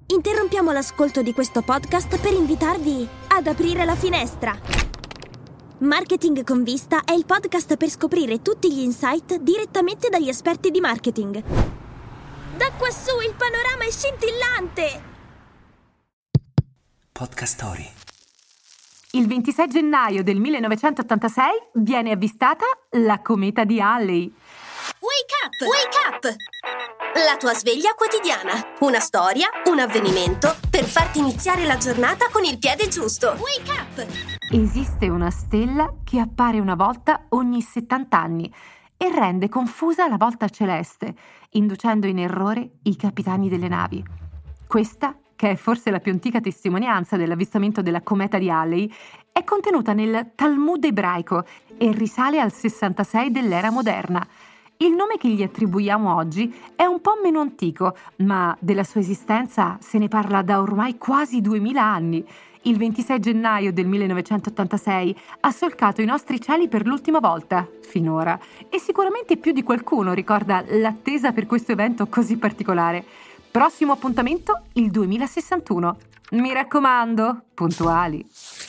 Interrompiamo l'ascolto di questo podcast per invitarvi ad aprire la finestra. Marketing con Vista è il podcast per scoprire tutti gli insight direttamente dagli esperti di marketing. Da quassù il panorama è scintillante! Podcast Story. Il 26 gennaio del 1986 viene avvistata la cometa di Halley. Wake up! La tua sveglia quotidiana. Una storia, un avvenimento per farti iniziare la giornata con il piede giusto. Wake up! Esiste una stella che appare una volta ogni 70 anni e rende confusa la volta celeste, inducendo in errore i capitani delle navi. Questa, che è forse la più antica testimonianza dell'avvistamento della cometa di Halley, è contenuta nel Talmud ebraico e risale al 66 dell'era moderna. Il nome che gli attribuiamo oggi è un po' meno antico, ma della sua esistenza se ne parla da ormai quasi 2000 anni. Il 26 gennaio del 1986 ha solcato i nostri cieli per l'ultima volta, finora, e sicuramente più di qualcuno ricorda l'attesa per questo evento così particolare. Prossimo appuntamento il 2061. Mi raccomando, puntuali.